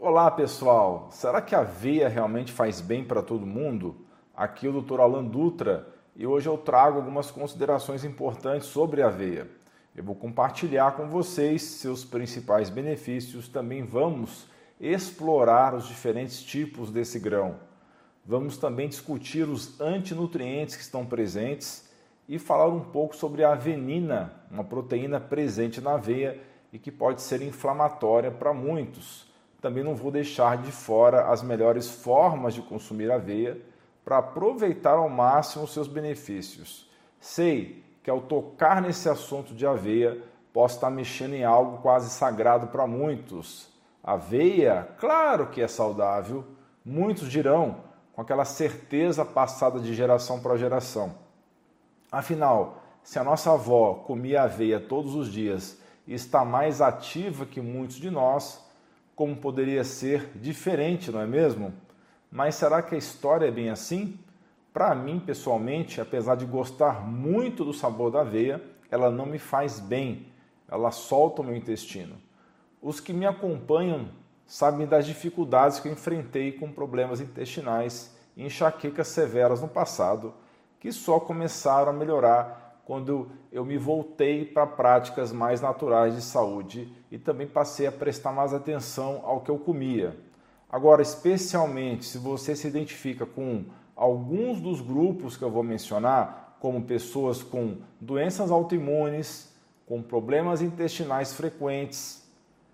Olá pessoal, será que a aveia realmente faz bem para todo mundo? Aqui é o Dr. Alan Dutra e hoje eu trago algumas considerações importantes sobre a aveia. Eu vou compartilhar com vocês seus principais benefícios, também vamos explorar os diferentes tipos desse grão. Vamos também discutir os antinutrientes que estão presentes e falar um pouco sobre a avenina, uma proteína presente na aveia e que pode ser inflamatória para muitos. Também não vou deixar de fora as melhores formas de consumir aveia para aproveitar ao máximo os seus benefícios. Sei que ao tocar nesse assunto de aveia, posso estar mexendo em algo quase sagrado para muitos. Aveia, claro que é saudável, muitos dirão, com aquela certeza passada de geração para geração. Afinal, se a nossa avó comia aveia todos os dias e está mais ativa que muitos de nós, como poderia ser diferente, não é mesmo? Mas será que a história é bem assim? Para mim, pessoalmente, apesar de gostar muito do sabor da aveia, ela não me faz bem, ela solta o meu intestino. Os que me acompanham sabem das dificuldades que eu enfrentei com problemas intestinais e enxaquecas severas no passado, que só começaram a melhorar quando eu me voltei para práticas mais naturais de saúde e também passei a prestar mais atenção ao que eu comia. Agora, especialmente se você se identifica com alguns dos grupos que eu vou mencionar, como pessoas com doenças autoimunes, com problemas intestinais frequentes,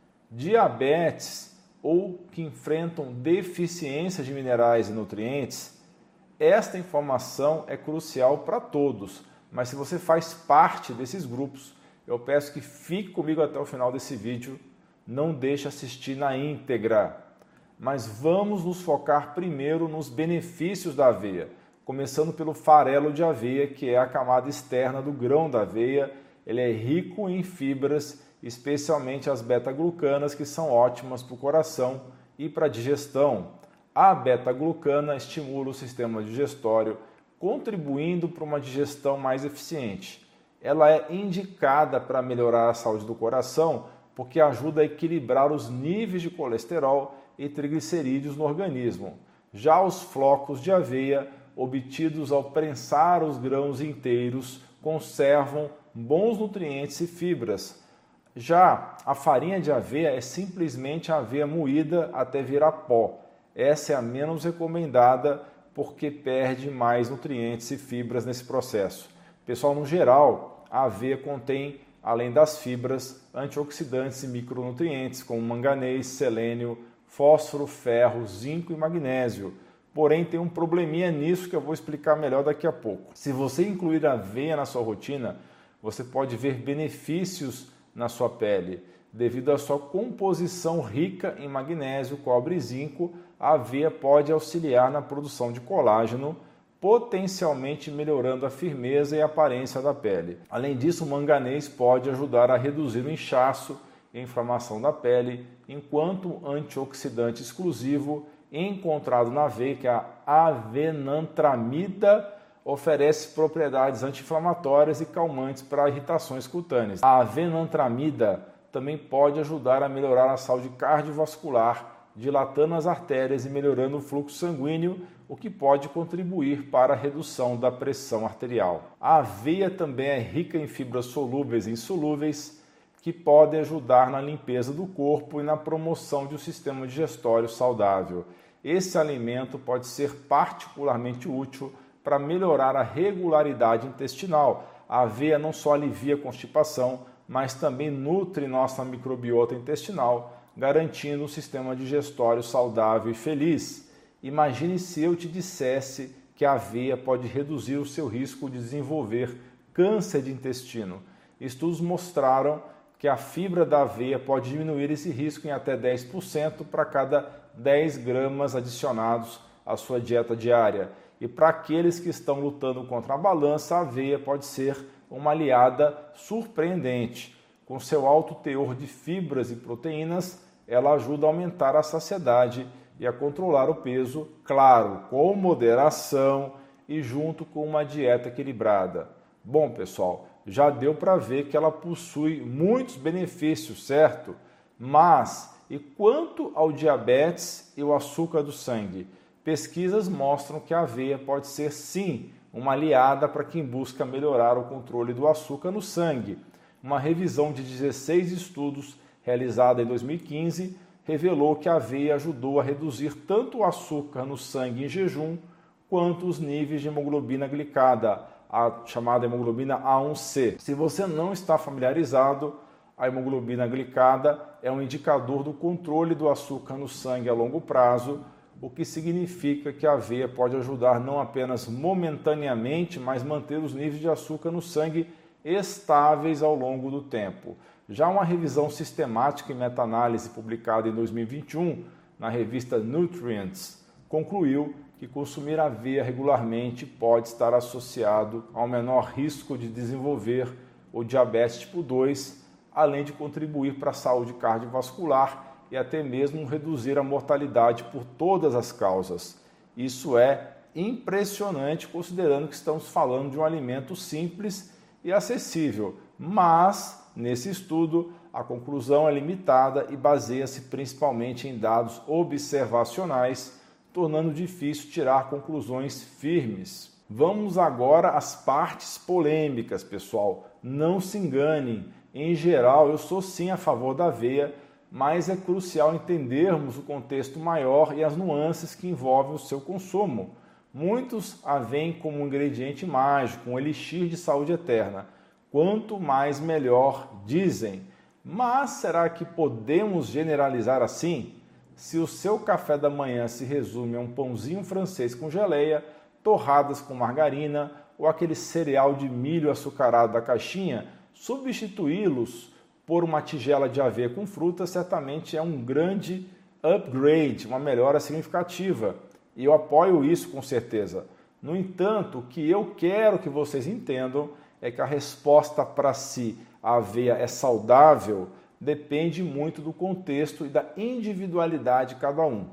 diabetes ou que enfrentam deficiência de minerais e nutrientes, esta informação é crucial para todos, mas se você faz parte desses grupos, eu peço que fique comigo até o final desse vídeo, não deixe assistir na íntegra. Mas vamos nos focar primeiro nos benefícios da aveia, começando pelo farelo de aveia, que é a camada externa do grão da aveia. Ele é rico em fibras, especialmente as beta-glucanas, que são ótimas para o coração e para a digestão. A beta-glucana estimula o sistema digestório, contribuindo para uma digestão mais eficiente. Ela é indicada para melhorar a saúde do coração, porque ajuda a equilibrar os níveis de colesterol e triglicerídeos no organismo. Já os flocos de aveia, obtidos ao prensar os grãos inteiros, conservam bons nutrientes e fibras. Já a farinha de aveia é simplesmente a aveia moída até virar pó. Essa é a menos recomendada porque perde mais nutrientes e fibras nesse processo. Pessoal, no geral, a aveia contém, além das fibras, antioxidantes e micronutrientes como manganês, selênio, fósforo, ferro, zinco e magnésio. Porém, tem um probleminha nisso que eu vou explicar melhor daqui a pouco. Se você incluir a aveia na sua rotina, você pode ver benefícios na sua pele. Devido à sua composição rica em magnésio, cobre e zinco, a aveia pode auxiliar na produção de colágeno, potencialmente melhorando a firmeza e a aparência da pele. Além disso, o manganês pode ajudar a reduzir o inchaço e a inflamação da pele, enquanto antioxidante exclusivo encontrado na aveia, que é a avenantramida, oferece propriedades anti-inflamatórias e calmantes para irritações cutâneas. A avenantramida também pode ajudar a melhorar a saúde cardiovascular, dilatando as artérias e melhorando o fluxo sanguíneo, o que pode contribuir para a redução da pressão arterial. A aveia também é rica em fibras solúveis e insolúveis, que podem ajudar na limpeza do corpo e na promoção de um sistema digestório saudável. Esse alimento pode ser particularmente útil para melhorar a regularidade intestinal. A aveia não só alivia a constipação, mas também nutre nossa microbiota intestinal, garantindo um sistema digestório saudável e feliz. Imagine se eu te dissesse que a aveia pode reduzir o seu risco de desenvolver câncer de intestino. Estudos mostraram que a fibra da aveia pode diminuir esse risco em até 10% para cada 10 gramas adicionados à sua dieta diária. E para aqueles que estão lutando contra a balança, a aveia pode ser uma aliada surpreendente. Com seu alto teor de fibras e proteínas, ela ajuda a aumentar a saciedade e a controlar o peso, claro, com moderação e junto com uma dieta equilibrada. Bom, pessoal, já deu para ver que ela possui muitos benefícios, certo? Mas E quanto ao diabetes e o açúcar do sangue? Pesquisas mostram que a aveia pode ser sim uma aliada para quem busca melhorar o controle do açúcar no sangue. Uma revisão de 16 estudos realizada em 2015 revelou que a aveia ajudou a reduzir tanto o açúcar no sangue em jejum quanto os níveis de hemoglobina glicada, a chamada hemoglobina A1C. Se você não está familiarizado, a hemoglobina glicada é um indicador do controle do açúcar no sangue a longo prazo, o que significa que a aveia pode ajudar não apenas momentaneamente, mas manter os níveis de açúcar no sangue estáveis ao longo do tempo. Já uma revisão sistemática e meta-análise publicada em 2021 na revista Nutrients concluiu que consumir aveia regularmente pode estar associado ao menor risco de desenvolver o diabetes tipo 2, além de contribuir para a saúde cardiovascular e até mesmo reduzir a mortalidade por todas as causas. Isso é impressionante considerando que estamos falando de um alimento simples e acessível, mas nesse estudo a conclusão é limitada e baseia-se principalmente em dados observacionais, tornando difícil tirar conclusões firmes. Vamos agora às partes polêmicas, pessoal. Não se enganem, em geral eu sou sim a favor da aveia, mas é crucial entendermos o contexto maior e as nuances que envolvem o seu consumo. Muitos a veem como um ingrediente mágico, um elixir de saúde eterna. Quanto mais melhor, dizem. Mas será que podemos generalizar assim? Se o seu café da manhã se resume a um pãozinho francês com geleia, torradas com margarina ou aquele cereal de milho açucarado da caixinha, substituí-los por uma tigela de aveia com fruta certamente é um grande upgrade, uma melhora significativa. E eu apoio isso com certeza. No entanto, o que eu quero que vocês entendam é que a resposta para se a aveia é saudável depende muito do contexto e da individualidade de cada um.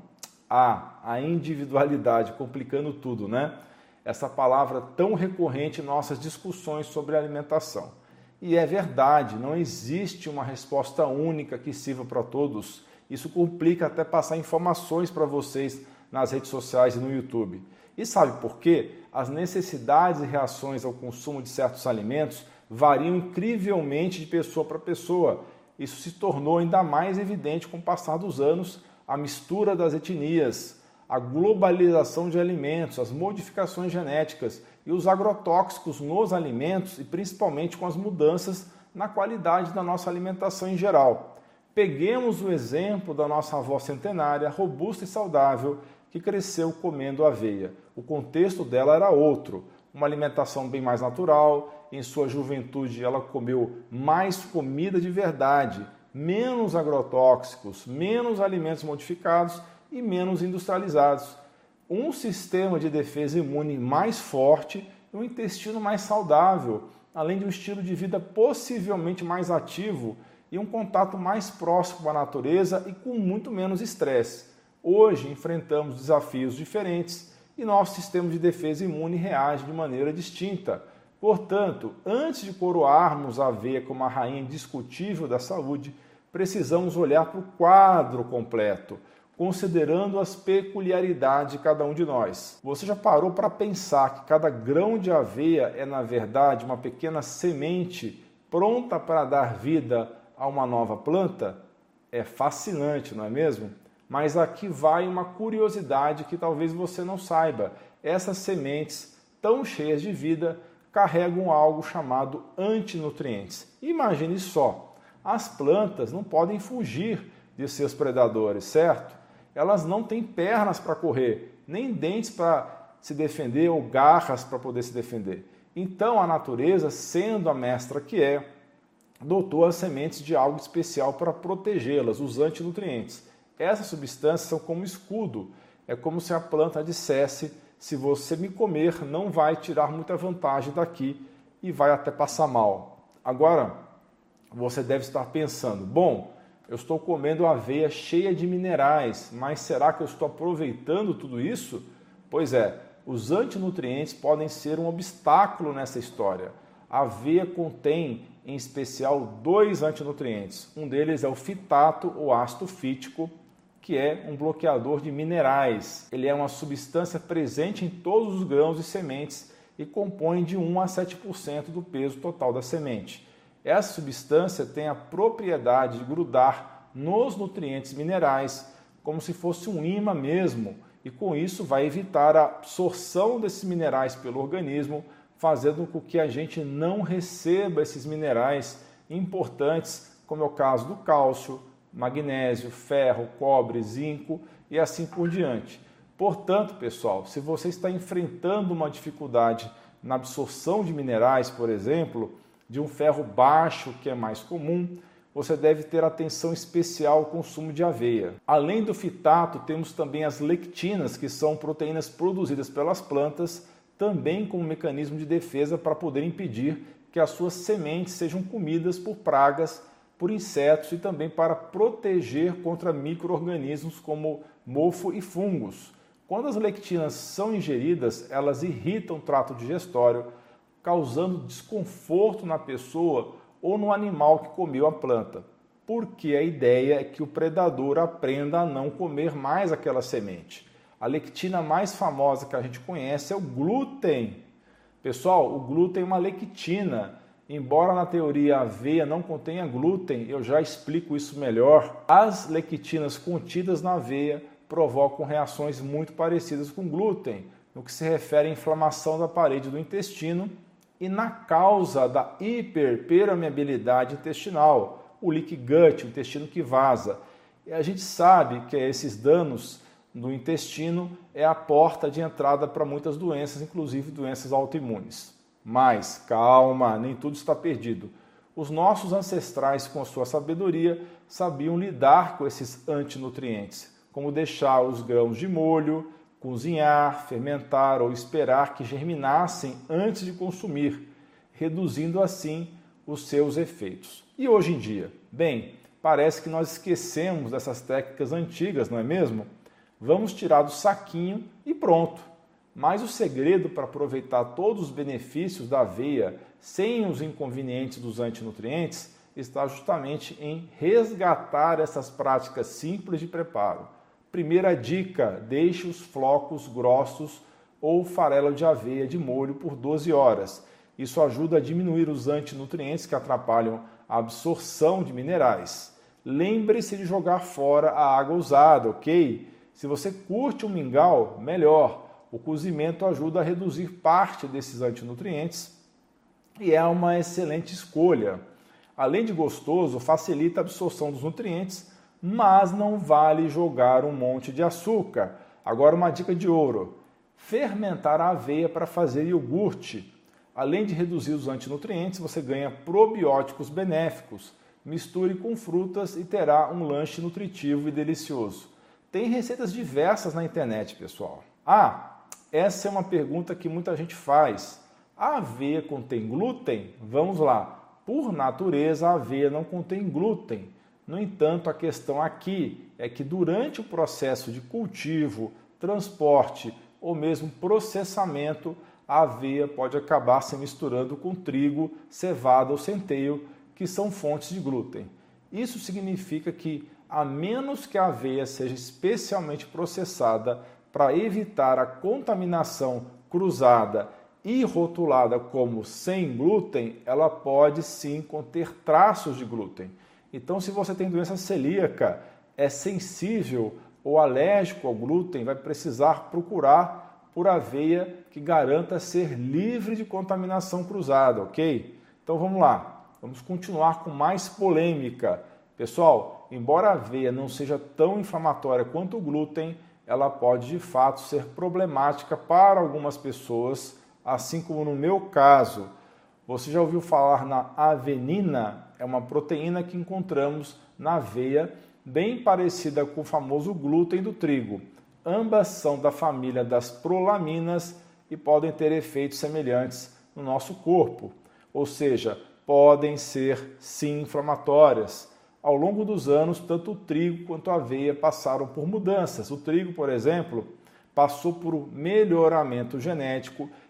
A individualidade, complicando tudo, né? Essa palavra tão recorrente em nossas discussões sobre alimentação. E é verdade, não existe uma resposta única que sirva para todos. Isso complica até passar informações para vocês nas redes sociais e no YouTube. E sabe por quê? As necessidades e reações ao consumo de certos alimentos variam incrivelmente de pessoa para pessoa. Isso se tornou ainda mais evidente com o passar dos anos, a mistura das etnias, a globalização de alimentos, as modificações genéticas e os agrotóxicos nos alimentos e principalmente com as mudanças na qualidade da nossa alimentação em geral. Peguemos o exemplo da nossa avó centenária, robusta e saudável, que cresceu comendo aveia. O contexto dela era outro, uma alimentação bem mais natural. Em sua juventude ela comeu mais comida de verdade, menos agrotóxicos, menos alimentos modificados e menos industrializados. Um sistema de defesa imune mais forte e um intestino mais saudável, além de um estilo de vida possivelmente mais ativo e um contato mais próximo com a natureza e com muito menos estresse. Hoje enfrentamos desafios diferentes e nosso sistema de defesa imune reage de maneira distinta. Portanto, antes de coroarmos a aveia como a rainha indiscutível da saúde, precisamos olhar para o quadro completo, considerando as peculiaridades de cada um de nós. Você já parou para pensar que cada grão de aveia é, na verdade, uma pequena semente pronta para dar vida a uma nova planta? É fascinante, não é mesmo? Mas aqui vai uma curiosidade que talvez você não saiba. Essas sementes, tão cheias de vida, carregam algo chamado antinutrientes. Imagine só, as plantas não podem fugir de seus predadores, certo? Elas não têm pernas para correr, nem dentes para se defender ou garras para poder se defender. Então a natureza, sendo a mestra que é, dotou as sementes de algo especial para protegê-las, os antinutrientes. Essas substâncias são como escudo. É como se a planta dissesse: se você me comer, não vai tirar muita vantagem daqui e vai até passar mal. Agora, você deve estar pensando, bom, eu estou comendo aveia cheia de minerais, mas será que eu estou aproveitando tudo isso? Pois é, os antinutrientes podem ser um obstáculo nessa história. A aveia contém em especial 2 antinutrientes. Um deles é o fitato ou ácido fítico, que é um bloqueador de minerais. Ele é uma substância presente em todos os grãos e sementes e compõe de 1 a 7% do peso total da semente. Essa substância tem a propriedade de grudar nos nutrientes minerais, como se fosse um ímã mesmo, e com isso vai evitar a absorção desses minerais pelo organismo, fazendo com que a gente não receba esses minerais importantes, como é o caso do cálcio, magnésio, ferro, cobre, zinco e assim por diante. Portanto, pessoal, se você está enfrentando uma dificuldade na absorção de minerais, por exemplo, de um ferro baixo, que é mais comum, você deve ter atenção especial ao consumo de aveia. Além do fitato, temos também as lectinas, que são proteínas produzidas pelas plantas, também como mecanismo de defesa para poder impedir que as suas sementes sejam comidas por pragas, por insetos e também para proteger contra micro-organismos como mofo e fungos. Quando as lectinas são ingeridas, elas irritam o trato digestório, causando desconforto na pessoa ou no animal que comeu a planta, porque a ideia é que o predador aprenda a não comer mais aquela semente. A lectina mais famosa que a gente conhece é o glúten. Pessoal, o glúten é uma lectina. Embora na teoria a aveia não contenha glúten, eu já explico isso melhor. As lectinas contidas na aveia provocam reações muito parecidas com glúten, no que se refere à inflamação da parede do intestino e na causa da hiperpermeabilidade intestinal, o leaky gut, o intestino que vaza. E a gente sabe que esses danos no intestino é a porta de entrada para muitas doenças, inclusive doenças autoimunes. Mas calma, nem tudo está perdido. Os nossos ancestrais, com sua sabedoria, sabiam lidar com esses antinutrientes, como deixar os grãos de molho, cozinhar, fermentar ou esperar que germinassem antes de consumir, reduzindo assim os seus efeitos. E hoje em dia? Bem, parece que nós esquecemos dessas técnicas antigas, não é mesmo? Vamos tirar do saquinho e pronto. Mas o segredo para aproveitar todos os benefícios da aveia sem os inconvenientes dos antinutrientes está justamente em resgatar essas práticas simples de preparo. Primeira dica, deixe os flocos grossos ou farelo de aveia de molho por 12 horas. Isso ajuda a diminuir os antinutrientes que atrapalham a absorção de minerais. Lembre-se de jogar fora a água usada, ok? Se você curte um mingau, melhor. O cozimento ajuda a reduzir parte desses antinutrientes e é uma excelente escolha. Além de gostoso, facilita a absorção dos nutrientes, mas não vale jogar um monte de açúcar. Agora uma dica de ouro: fermentar a aveia para fazer iogurte. Além de reduzir os antinutrientes, você ganha probióticos benéficos. Misture com frutas e terá um lanche nutritivo e delicioso. Tem receitas diversas na internet, pessoal. Essa é uma pergunta que muita gente faz. A aveia contém glúten? Vamos lá. Por natureza, a aveia não contém glúten. No entanto, a questão aqui é que durante o processo de cultivo, transporte ou mesmo processamento, a aveia pode acabar se misturando com trigo, cevada ou centeio, que são fontes de glúten. Isso significa que, a menos que a aveia seja especialmente processada para evitar a contaminação cruzada e rotulada como sem glúten, ela pode sim conter traços de glúten. Então, se você tem doença celíaca, é sensível ou alérgico ao glúten, vai precisar procurar por aveia que garanta ser livre de contaminação cruzada, ok? Então vamos lá, vamos continuar com mais polêmica. Pessoal, embora a aveia não seja tão inflamatória quanto o glúten, ela pode de fato ser problemática para algumas pessoas, assim como no meu caso. Você já ouviu falar na avenina? É uma proteína que encontramos na aveia, bem parecida com o famoso glúten do trigo. Ambas são da família das prolaminas e podem ter efeitos semelhantes no nosso corpo, ou seja, podem ser sim inflamatórias. Ao longo dos anos, tanto o trigo quanto a aveia passaram por mudanças. O trigo, por exemplo, passou por um melhoramento genético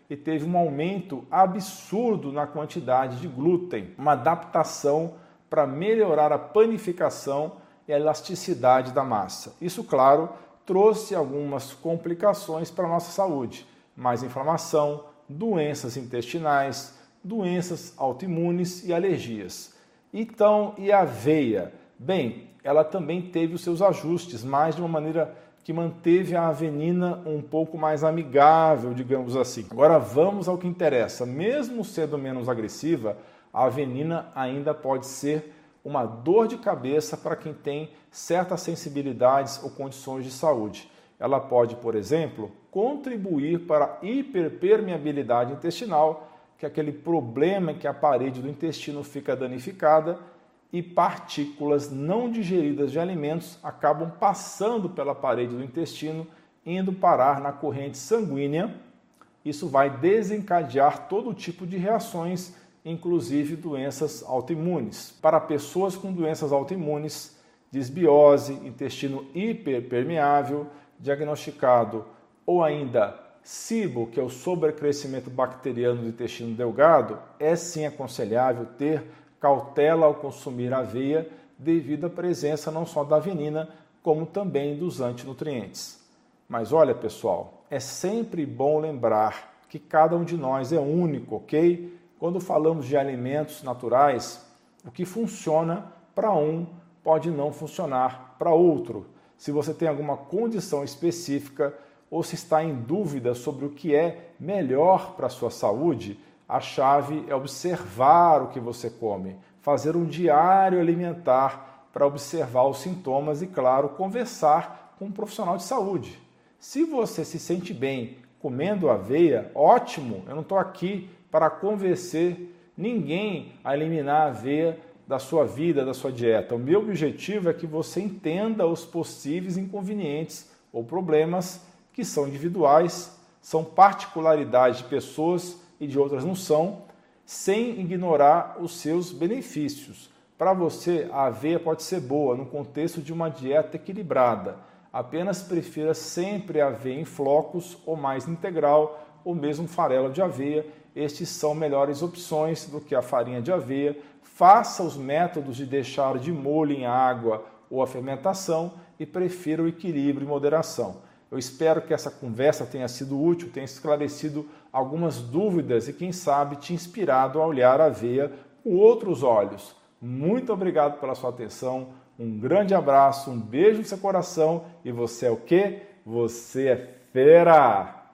e teve um aumento absurdo na quantidade de glúten, uma adaptação para melhorar a panificação e a elasticidade da massa. Isso, claro, trouxe algumas complicações para a nossa saúde, mais inflamação, doenças intestinais, doenças autoimunes e alergias. Então, e a aveia? Bem, ela também teve os seus ajustes, mas de uma maneira que manteve a avenina um pouco mais amigável, digamos assim. Agora vamos ao que interessa. Mesmo sendo menos agressiva, a avenina ainda pode ser uma dor de cabeça para quem tem certas sensibilidades ou condições de saúde. Ela pode, por exemplo, contribuir para a hiperpermeabilidade intestinal, que é aquele problema em que a parede do intestino fica danificada e partículas não digeridas de alimentos acabam passando pela parede do intestino, indo parar na corrente sanguínea. Isso vai desencadear todo tipo de reações, inclusive doenças autoimunes. Para pessoas com doenças autoimunes, disbiose, intestino hiperpermeável, diagnosticado, ou ainda SIBO, que é o sobrecrescimento bacteriano do intestino delgado, é sim aconselhável ter cautela ao consumir aveia devido à presença não só da avenina, como também dos antinutrientes. Mas olha, pessoal, é sempre bom lembrar que cada um de nós é único, ok? Quando falamos de alimentos naturais, o que funciona para um pode não funcionar para outro. Se você tem alguma condição específica ou se está em dúvida sobre o que é melhor para a sua saúde, a chave é observar o que você come, fazer um diário alimentar para observar os sintomas e, claro, conversar com um profissional de saúde. Se você se sente bem comendo aveia, ótimo, eu não estou aqui para convencer ninguém a eliminar a aveia da sua vida, da sua dieta. O meu objetivo é que você entenda os possíveis inconvenientes ou problemas que são individuais, são particularidades de pessoas e de outras não são, sem ignorar os seus benefícios. Para você, a aveia pode ser boa no contexto de uma dieta equilibrada. Apenas prefira sempre a aveia em flocos ou mais integral, ou mesmo farelo de aveia. Estes são melhores opções do que a farinha de aveia. Faça os métodos de deixar de molho em água ou a fermentação e prefira o equilíbrio e moderação. Eu espero que essa conversa tenha sido útil, tenha esclarecido algumas dúvidas e, quem sabe, te inspirado a olhar a aveia com outros olhos. Muito obrigado pela sua atenção, um grande abraço, um beijo no seu coração e você é o quê? Você é fera!